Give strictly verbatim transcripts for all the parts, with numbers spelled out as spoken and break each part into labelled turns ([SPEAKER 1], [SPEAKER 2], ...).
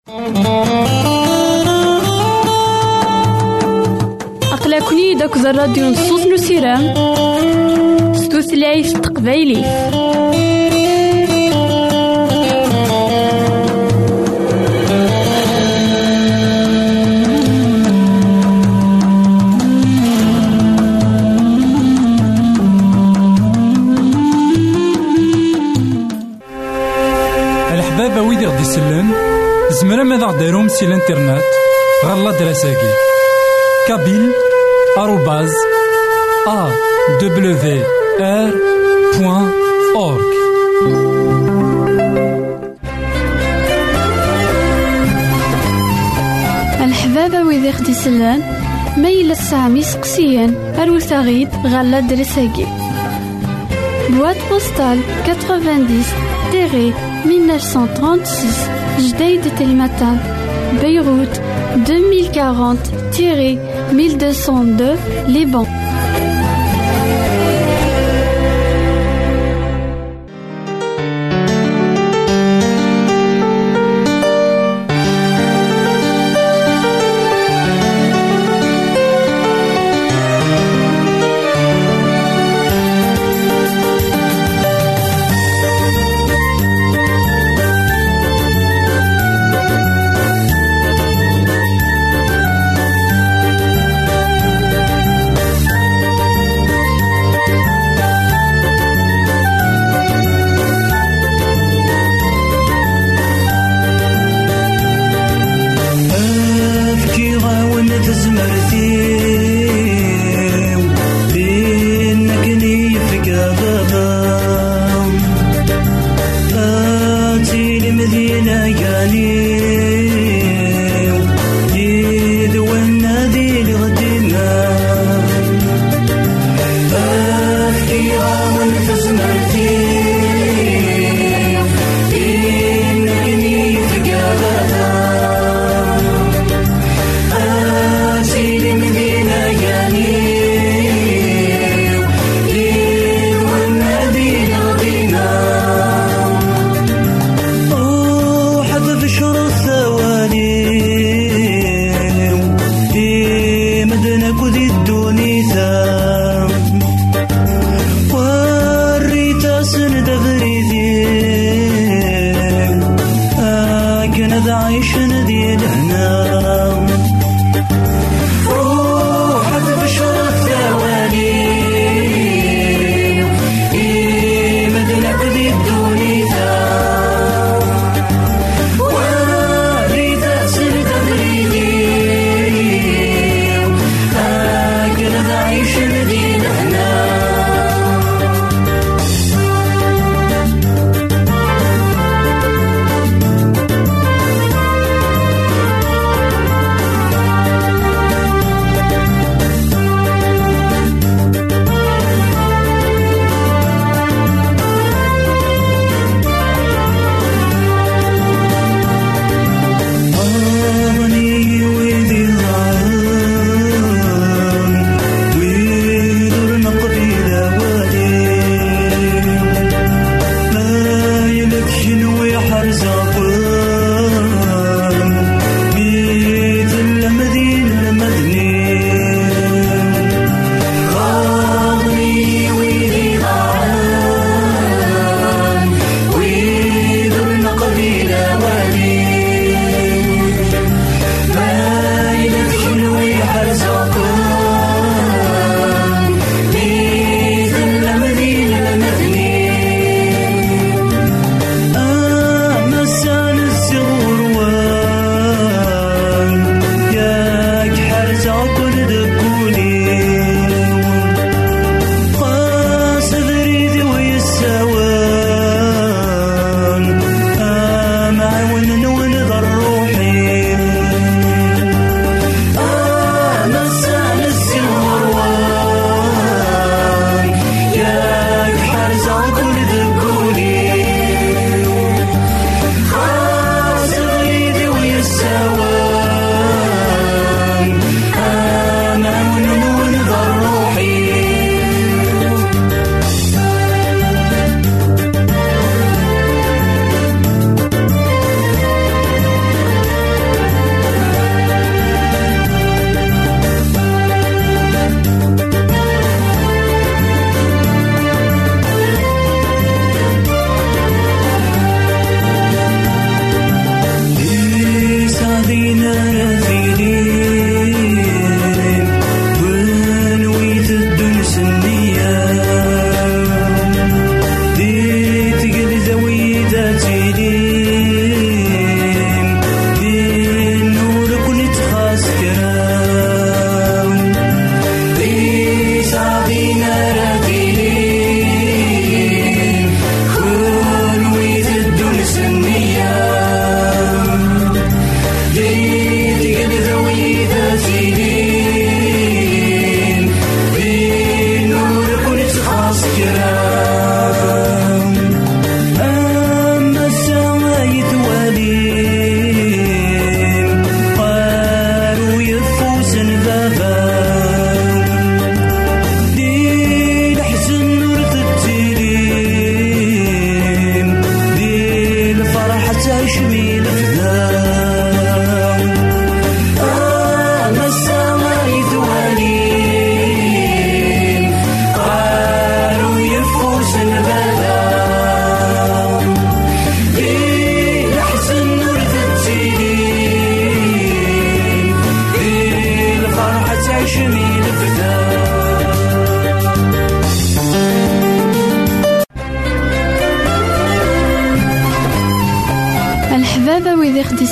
[SPEAKER 1] أقلكني داك الراديو نصوص نسيرام ستوثلايف تقبايلي.
[SPEAKER 2] الحبابة ويدي غدي يسلم زمرا ماذا غديرهم سي الانترنت غالا دراساكي كابيل آروباز أ دبليو آر بوان أورك.
[SPEAKER 1] الحبابة ويدي غدي يسلم ميل السامي سقسيان أروثاغيد غالا دراساكي بواد بوستال تسعين mille neuf cent trente-six Jdeï de Telmatan Beyrouth deux mille quarante mille deux cent deux Liban.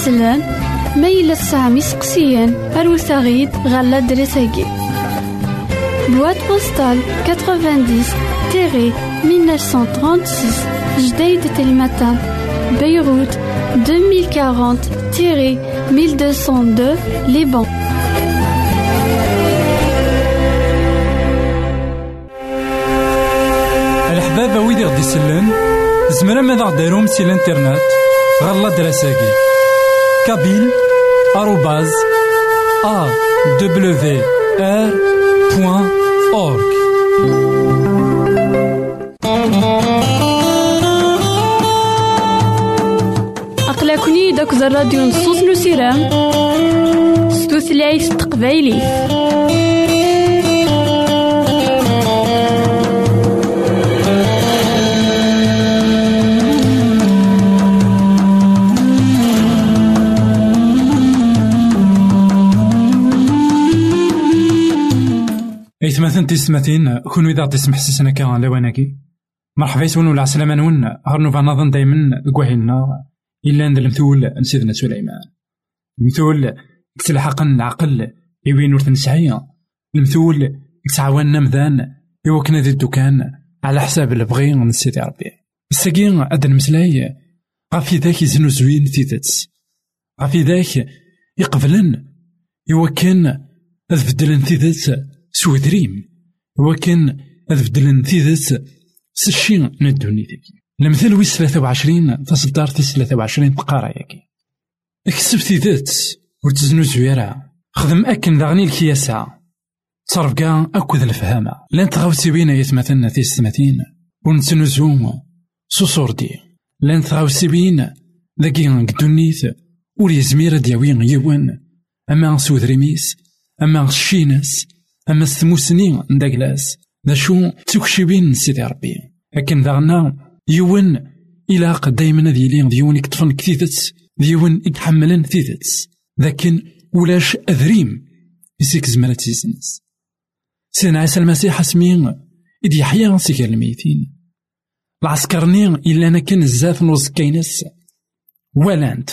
[SPEAKER 1] سلان ميلا سامي سقسيان أروثاغيد غالا دريساكي بواد بوستال تسعين مية وتسعمية وثلاثة وثلاثين جديد تلمتان بيروت deux mille quarante mille deux cent deux Liban.
[SPEAKER 2] الحبابة ويدي غدي يسلن زمرا ماذا غديرهم سي الانترنت غالا دراساكي كابيل آروباز أ دبليو آر بوان أورك.
[SPEAKER 1] أقلكني داك الراديو نصوص نسيرام ستوثلايف تقبايلي.
[SPEAKER 2] إيثماثن تيستماثين كونو إذا تسمح سسنا كان لواناكي مرحبا يسون ولا عسلامة نون غرنوفا نظن دايما قواهينا إلا ندير المثول نسيدنا سليمان. المثول كتلحق العقل يوين ورث نسعيا، المثول كتعاوننا مذان يوكنا ذي الدكان على حساب البغي من سيدي ربي. الساقين أدن مسلاي غافي ذاك يزنو زوين تيتت غافي ذاك يقبلن يوكن أذ بدلن تيتت سوى دريم وكان أذبدلن ثيذات سشين ندوني ذاكي. المثل ويس ثلاثة وعشرين تصدار تيس ثلاثة وعشرين بقارة ياكي اكسب ثيذات ورتزنو زويرة خدم أكن داغني الكياسة تصرف كاع أكد الفهامة لان تغاوسي بينا يتمثلنا تيس ثماتين ونتنزوم سوسور دي لان تغاوسي بينا ذاكي قدونيث ولي زميرة دياوين يوان أما سوى دريميس أما الشينس أما الثموسنين نداكلاس ذا شو تكشبين سيدي ربي لكن داغنا يون إلاق دايما ديالين ديون يكتفن كثيثت ديون يتحملن ثيثت لكن ولاش أذريم يسيك زمالة تيزنس سيدنا عيسى المسيح اسمين إدي يحيى سيكال الميتين العسكرنين إلا أنا كان الزاف نوز كاينس ولانت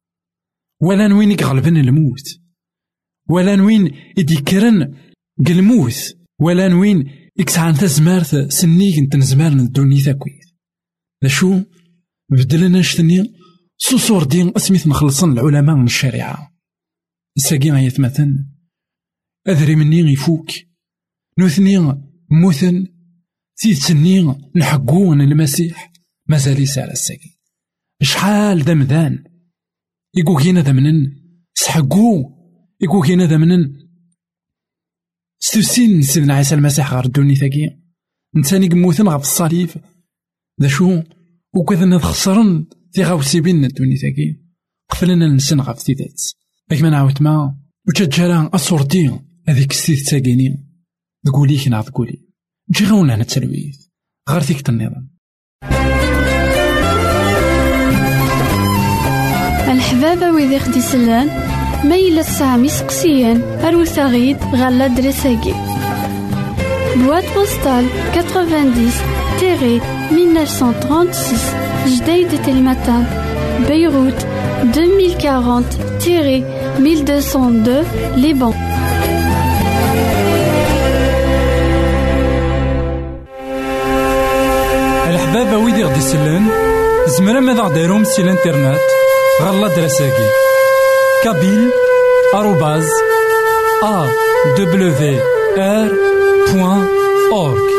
[SPEAKER 2] ولان وين يغلبن الموت ولان وين إدي كرن قلموث ولا نوين إكسعان تزمارث سنيك انت نزمارن الدوني ثاكويث لشو بدلنا نشتني سوسور دين اسميث مخلصن العلماء من الشريعة الساقين يتمثل أذري مني يفوك نوثني موثن تيتسني نحقون المسيح مازال يسال الساقين شحال دمذان يقو كينا دمنن سحقو يقو كينا دمنن ستوسين سيدنا عيسى المسيح غير الدوني ثاكي نتاني قموثن غف الصليب ذا شو وكذا نخسرن في غاوسي بينا الدوني ثاكي قفلنا نسن غف تيدات لكن نعاود ما وتجارا أصورتي هذيك ستيث تاكيني تقولي كنا تقولي نجي غونا نتسلويث غير ثيك النظام.
[SPEAKER 1] الحبابة ويدي خدي سلان ميلا سامي سقسيان أروثاغيد غالا دريساكي بواد بوستال تسعين مية وتسعمية وثلاثة وثلاثين جديد تلمتان بيروت deux mille quarante mille deux cent deux Liban.
[SPEAKER 2] الحبابة ويدي غدي يسلن زمرا ماذا غديرهم سي الانترنت غالا دراساكي كابيل آروباز أ دبليو آر بوان أورك.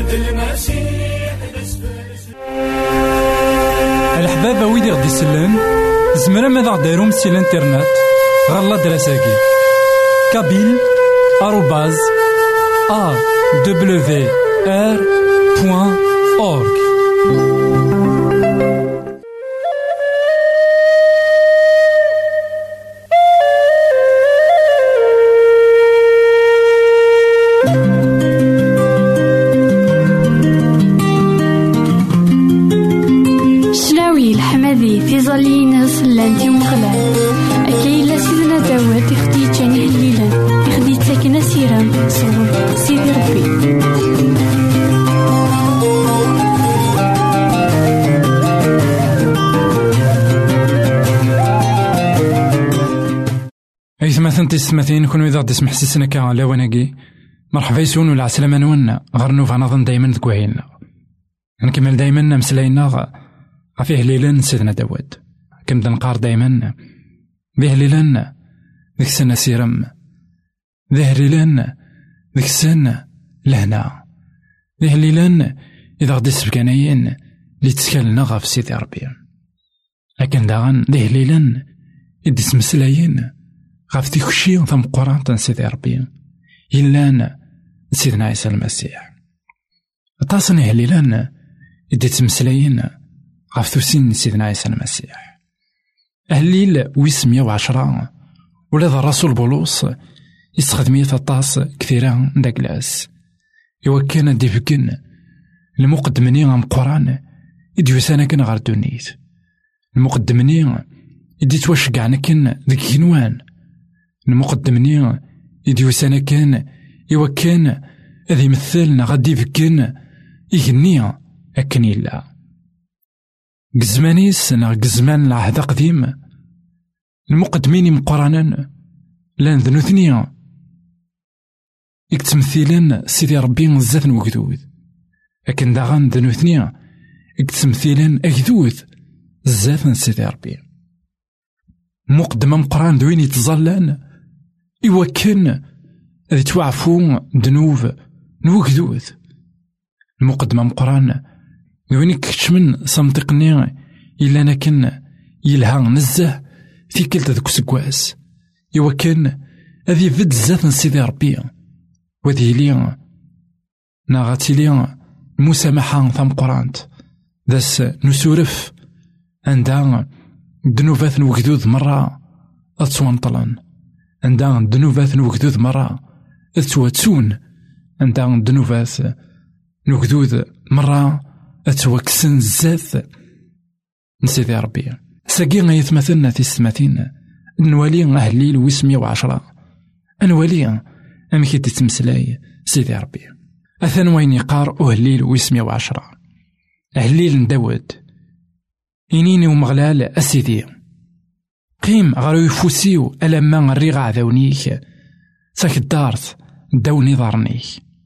[SPEAKER 2] الحبابة ويدي غدي يسلم زمرا ماذا غديرهم سي الانترنت غالا دراساكي كابيل آروباز أ دبليو آر بوان أورك.
[SPEAKER 1] تيزالينس لانتي ومغلال أكي لا سيدنا داود يخدي جاني هليلا يخدي تاكنا سيرام صور سيدي ربي.
[SPEAKER 2] أيثما ثنتي ستماثين كونو إذا غدي سمح سيسنا كا لاواناكي مرحبا يسون ولا عسلامة نون غير نوفا نظن دايما ذكوهيلنا نكمل دايما مسلاينا غفيه ليلان سيدنا داود كنبدا نقار دايما ذيه ليلان ذيك السنة سيرم ذيه ليلان ذيك السنة لهنا ذيه ليلان إذا غدي سبكانايين لي تسكالنا غاف سيدي ربي لكن داغن ذيه ليلان يدي سمسلايين غاف ديك الشي ثم قران تن سيدي ربي إلان سيدنا عيسى المسيح تصنيه ليلان يدي تمسلايين غاف ثوسين سيدنا عيسى المسيح أهليل ويسمية وعشرة ولاد الرسول بولوس يستخدمية الطاس كثيرا داكلاس إوا كان ديفكن المقدمني غام قران يديو سانا كن غار دونيت المقدمني يدي تواشقعنا كن ذيك كنوان المقدمني يديو سانا كان إوا كان هذا يمثلنا غادي يفكن يغني أكن يلا قزمانيس نا قزمان العهد قديم المقدمين مقرانا لان ذنو ثنيا يكتمثيلن سيدي ربي الزاف وقدود لكن داغن ذنو ثنيا يكتمثيلن أكدود الزاف سيدي ربي مقدمة مقران دوين يتظلان إوا كان ذي توعفو ذنوب نوكدود المقدمة مقران دوين يكتشمن صمتقني إلا أنا كن يلها نزه في كلتا ذوك سكواس إوا كان هذي فد الزاف سيدي ربي وذي لي ناغاتي لي المسامحة ثم قرانت ذاس نسورف عندها دنوبات نوكدود مرة أتوانطلن عندها دنوبات نوكدود مرة أتواتسون عندها دنوبات نوكدود مرة أتوكسن زاف نسيدي ربي ساقي غيتمثلنا في السماتين نوالي أهليل ويسمية وعشرة أنوالي أمكي تتمسلاي سيدي ربي أثن وين يقار أهليل ويسمية وعشرة أهليل داود إنيني ومغلال أسيدي قيم غارو يفوسيو ألما الريغ عذاونيك ساك الدارت داوني ضارنيك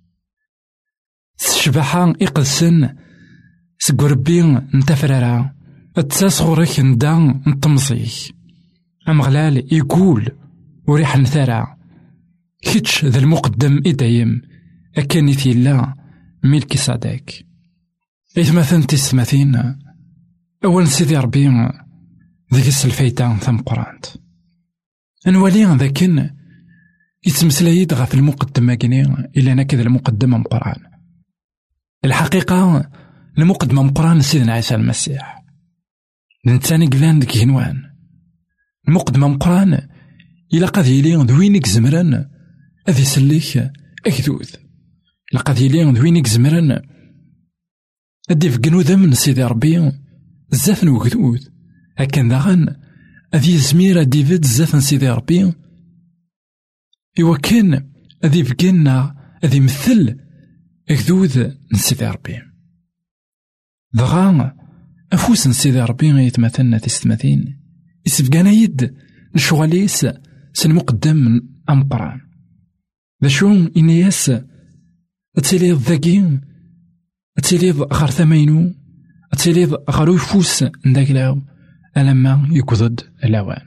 [SPEAKER 2] الشبحة إقلسن سقربين نتفرارا التسغرك ندان نطمزيك أمغلال يقول وريح نثارا كيتش ذا المقدم إدايم أكانيت يلا ملكي صداك إثمثن تسمثين أول سيدي ربي ذيك السلفيتان ثم قرانت أنوالي ذاكن يتمسلايد غا في المقدمة كني إلا أنا كذا المقدمة مقران الحقيقة المقدمة مقران سيدنا عيسى المسيح نتاني قلان ديك هنوان المقدمة مقران إلا قد يلي دوينك زمران أذي سليك أكدود إلا قد يلي دوينك زمران أدي في قنوذا من سيدي ربي زاف نوكدود هكا داغن أذي زميرة ديفيد زاف سيدي ربي إوا كان أذي في قنا أذي مثل أكدود نسيدي ربي دغا أفوس نسيدي ربي غيتمثلنا تستمثين يسبقانا يد نشغاليس سنمقدم من أمقران ذا شو إنياس أتسيليض ذاكين أتسيليض غار ثمينو أتسيليض غارو يفوس نداك لاو ألما يكوضد الأوان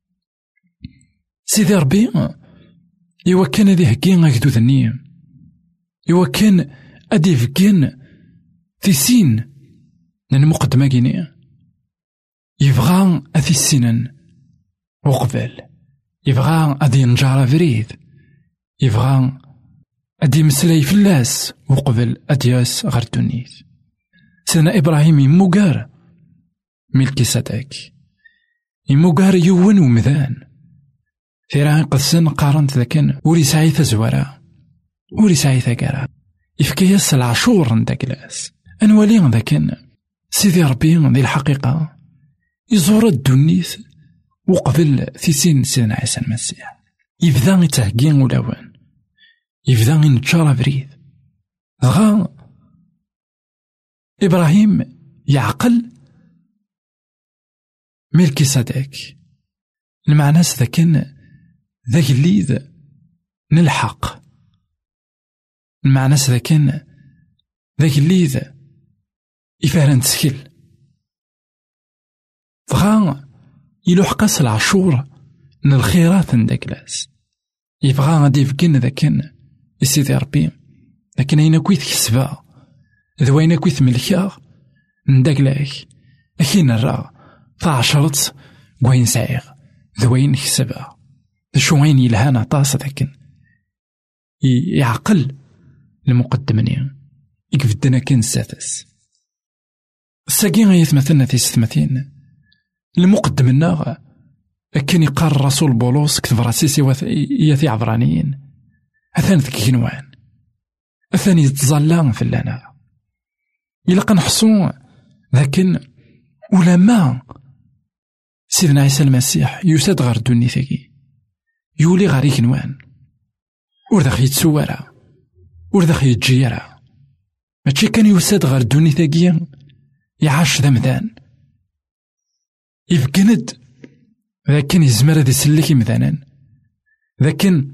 [SPEAKER 2] سيدي ربي إوا كان ذي هكين غاكدو ذنيا إوا كان أدي فكين في سين المقدمة كيني يبغى أثي السنن وقبل يبغى أدي نجار فريد يبغى أدي مسلاي فلاس وقبل أدياس غير تونيت. سيدنا إبراهيم يموغار ملكي صداك يموغار يوون ومذان ثيران قدسن قارنت ذاكن وري سعي ثزورا وري سعي ثقرا يفكيس العشور نداكلاس أنوالي ذاكن سيدي ربي ذي الحقيقة يزور الدنيث وقبل في سن سيدنا عيسى المسيح يبدا يتهجين ولاوان يبدا ينتشار بريد غا إبراهيم يعقل ملكي صداك المعنى ذاكن ذاك الليذ نلحق المعنى ذاكن ذاك الليذ يفارن تسكيل فغا يلوحقاس العشور من الخيرات نداكلاس يبغى غادي يفكن ذاكن يسيدي ربي لكن أين كويت كسبا ذوين كويت ملكا نداكلاك أكين الرا فعشرت وين سعيغ ذوين كسبا شوين يلهانا طاس ذاكن يعقل المقدمني يكفدنا كن ساتس الساقين يثمثلنا في ستمثين المقدمنا كان يقال الرسول بولس كتب راسيسي ياثي عبرانيين أثان ذكي كنوان أثان يتظلان في اللنا يلقى نحصو لكن ولما سيدنا عيسى المسيح يساد غير الدنيا ثقي يولي غير كنوان وردخ يتسوارا وردخ يتجيرا ماشي كان يساد غير الدنيا ثقي يعاش ذمذان يفقند لكن يزمر هذا يسلك مذانا لكن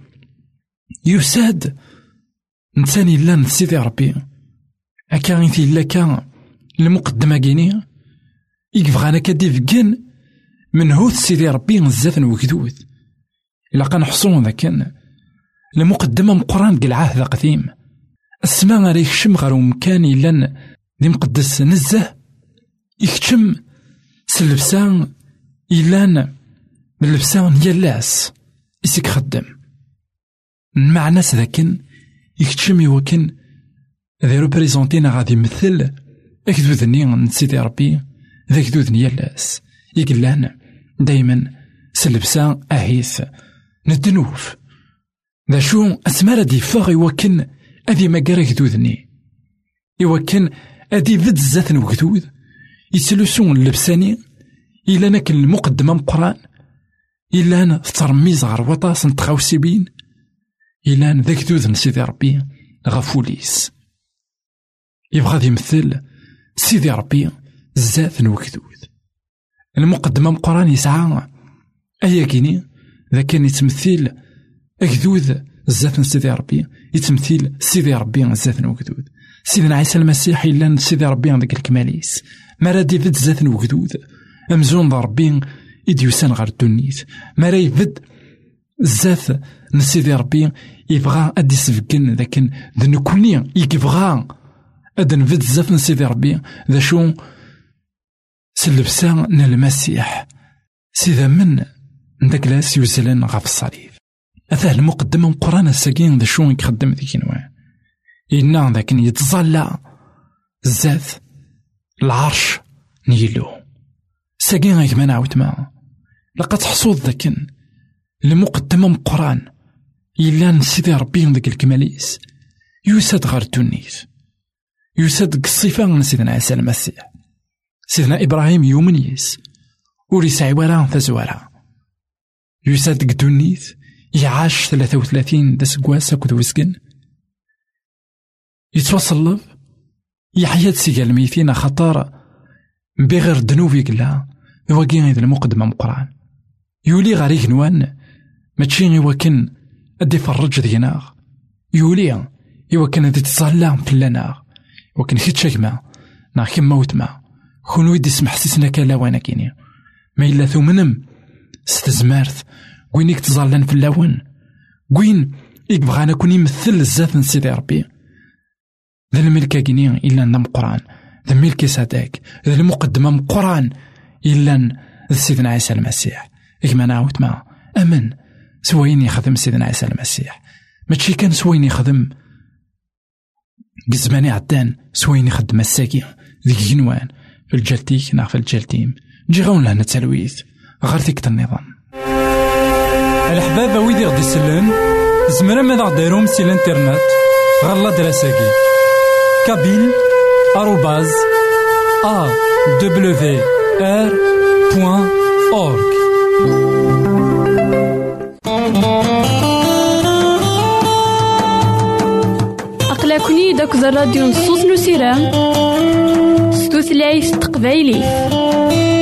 [SPEAKER 2] يساد نتاني لا نسيدي ربي هكا غيثي لا كان المقدمة كيني يكفغانا كدي فقن من هوث سيدي ربي نزاث وكذوث إلا كان حصون ذاكن المقدمة مقران قلعاه ذا قديم السماء غير يكشم غير مكان إلا ذي مقدس نزه يكشم سلبسان إلان باللبسان يلاس يسيك خدم مع ناس ذاكن يكتشم يوكن ذي روبريزونتينا غادي يمثل أكدو ذني نسيدي ربي ذاك دو ذني يلاس يقلان دايما سلبسان أهيث ندنوف ذا شو أسمار دي فاغ يوكن أذي مقارك دو ذني يوكن أذي ذد الزاثن وكدود يسلسون اللبساني إلا ناكل المقدمة مقران إلا أنا ترميز غير وطاس نتخاوسي بين إلا أنا ذاك ذوذن سيدي ربي غفوليس يبغى يمثل سيدي ربي زات نوكذوذ المقدمة مقران يسعى أيا كيني ذا كان يتمثل أكذوذ زات سيدي ربي يتمثل سيدي ربي زات نوكذوذ سيدنا عيسى المسيح إلا سيدي ربي ذاك الكماليس ما رادي فد زات نوكذوذ أمزون ضا ربي إديوسان غير الدنيت ما راه يفد الزات نسيدي ربي يبغى أدي سفكن ذاكن ذا نكوني يبغى أدي نفد الزات نسيدي ربي ذا شو سلبسان المسيح سيدا من نداك لاس يوزلان غاف الصليب أثاه المقدمة مقرانة الساقين ذا شو يخدم ذيك نوع إنا ذاكن يتظلى الزات العرش نيلو ساقين غيك ما نعاود معا لقد حصود ذاكن المقدمة مقران إلا سيدي ربي ذاك الكماليس يساد غير الدنيس يساد الصفة من سيدنا عيسى المسيح سيدنا إبراهيم يومنيس وريسعي ورا ثزورا يساد الدنيس يعاش ثلاثة وثلاثين دا سكواس كدو وسكن يتوصل يحيا تسيقا الميتين خطار بغير دنوبي قلا يواكين هذا المقدمة مقران يولي غاريك نوان ماتشي يواكن أدي فرج ذيناغ يولي يواكن أدي تصلى فلاناغ وكن خيت شاكما نا كيما وتما خونو يدي سمح سيسنا كالا وانا كيني ما إلا ثمنم ستزمارث وينيك تظلن في اللون وين يبغانا كون يمثل الزات نسيدي ربي ذا الملكة كيني إلا ندم قرآن، ذا ملكي صداك، ذا المقدمة من قرآن إلا ذا سيدنا عيسى المسيح. إكما نعاود ما أمن سوين يخدم سيدنا عيسى المسيح، ماشي كان سوين يخدم قزماني عدان، سوين يخدم الساكي ذيك جنوان في الجلتيك نا في الجلتيم جي غون لهنا تلويث غير ديك النظام. الحباب ويدي غدي يسلن زمرا ماذا غديرهم سي الانترنت غالا دراساكي كابيل آروباز أ دبليو آر بوان أورك.
[SPEAKER 1] أقلكني داك الراديو نصوص نسيران ستوثلايف تقبايلي.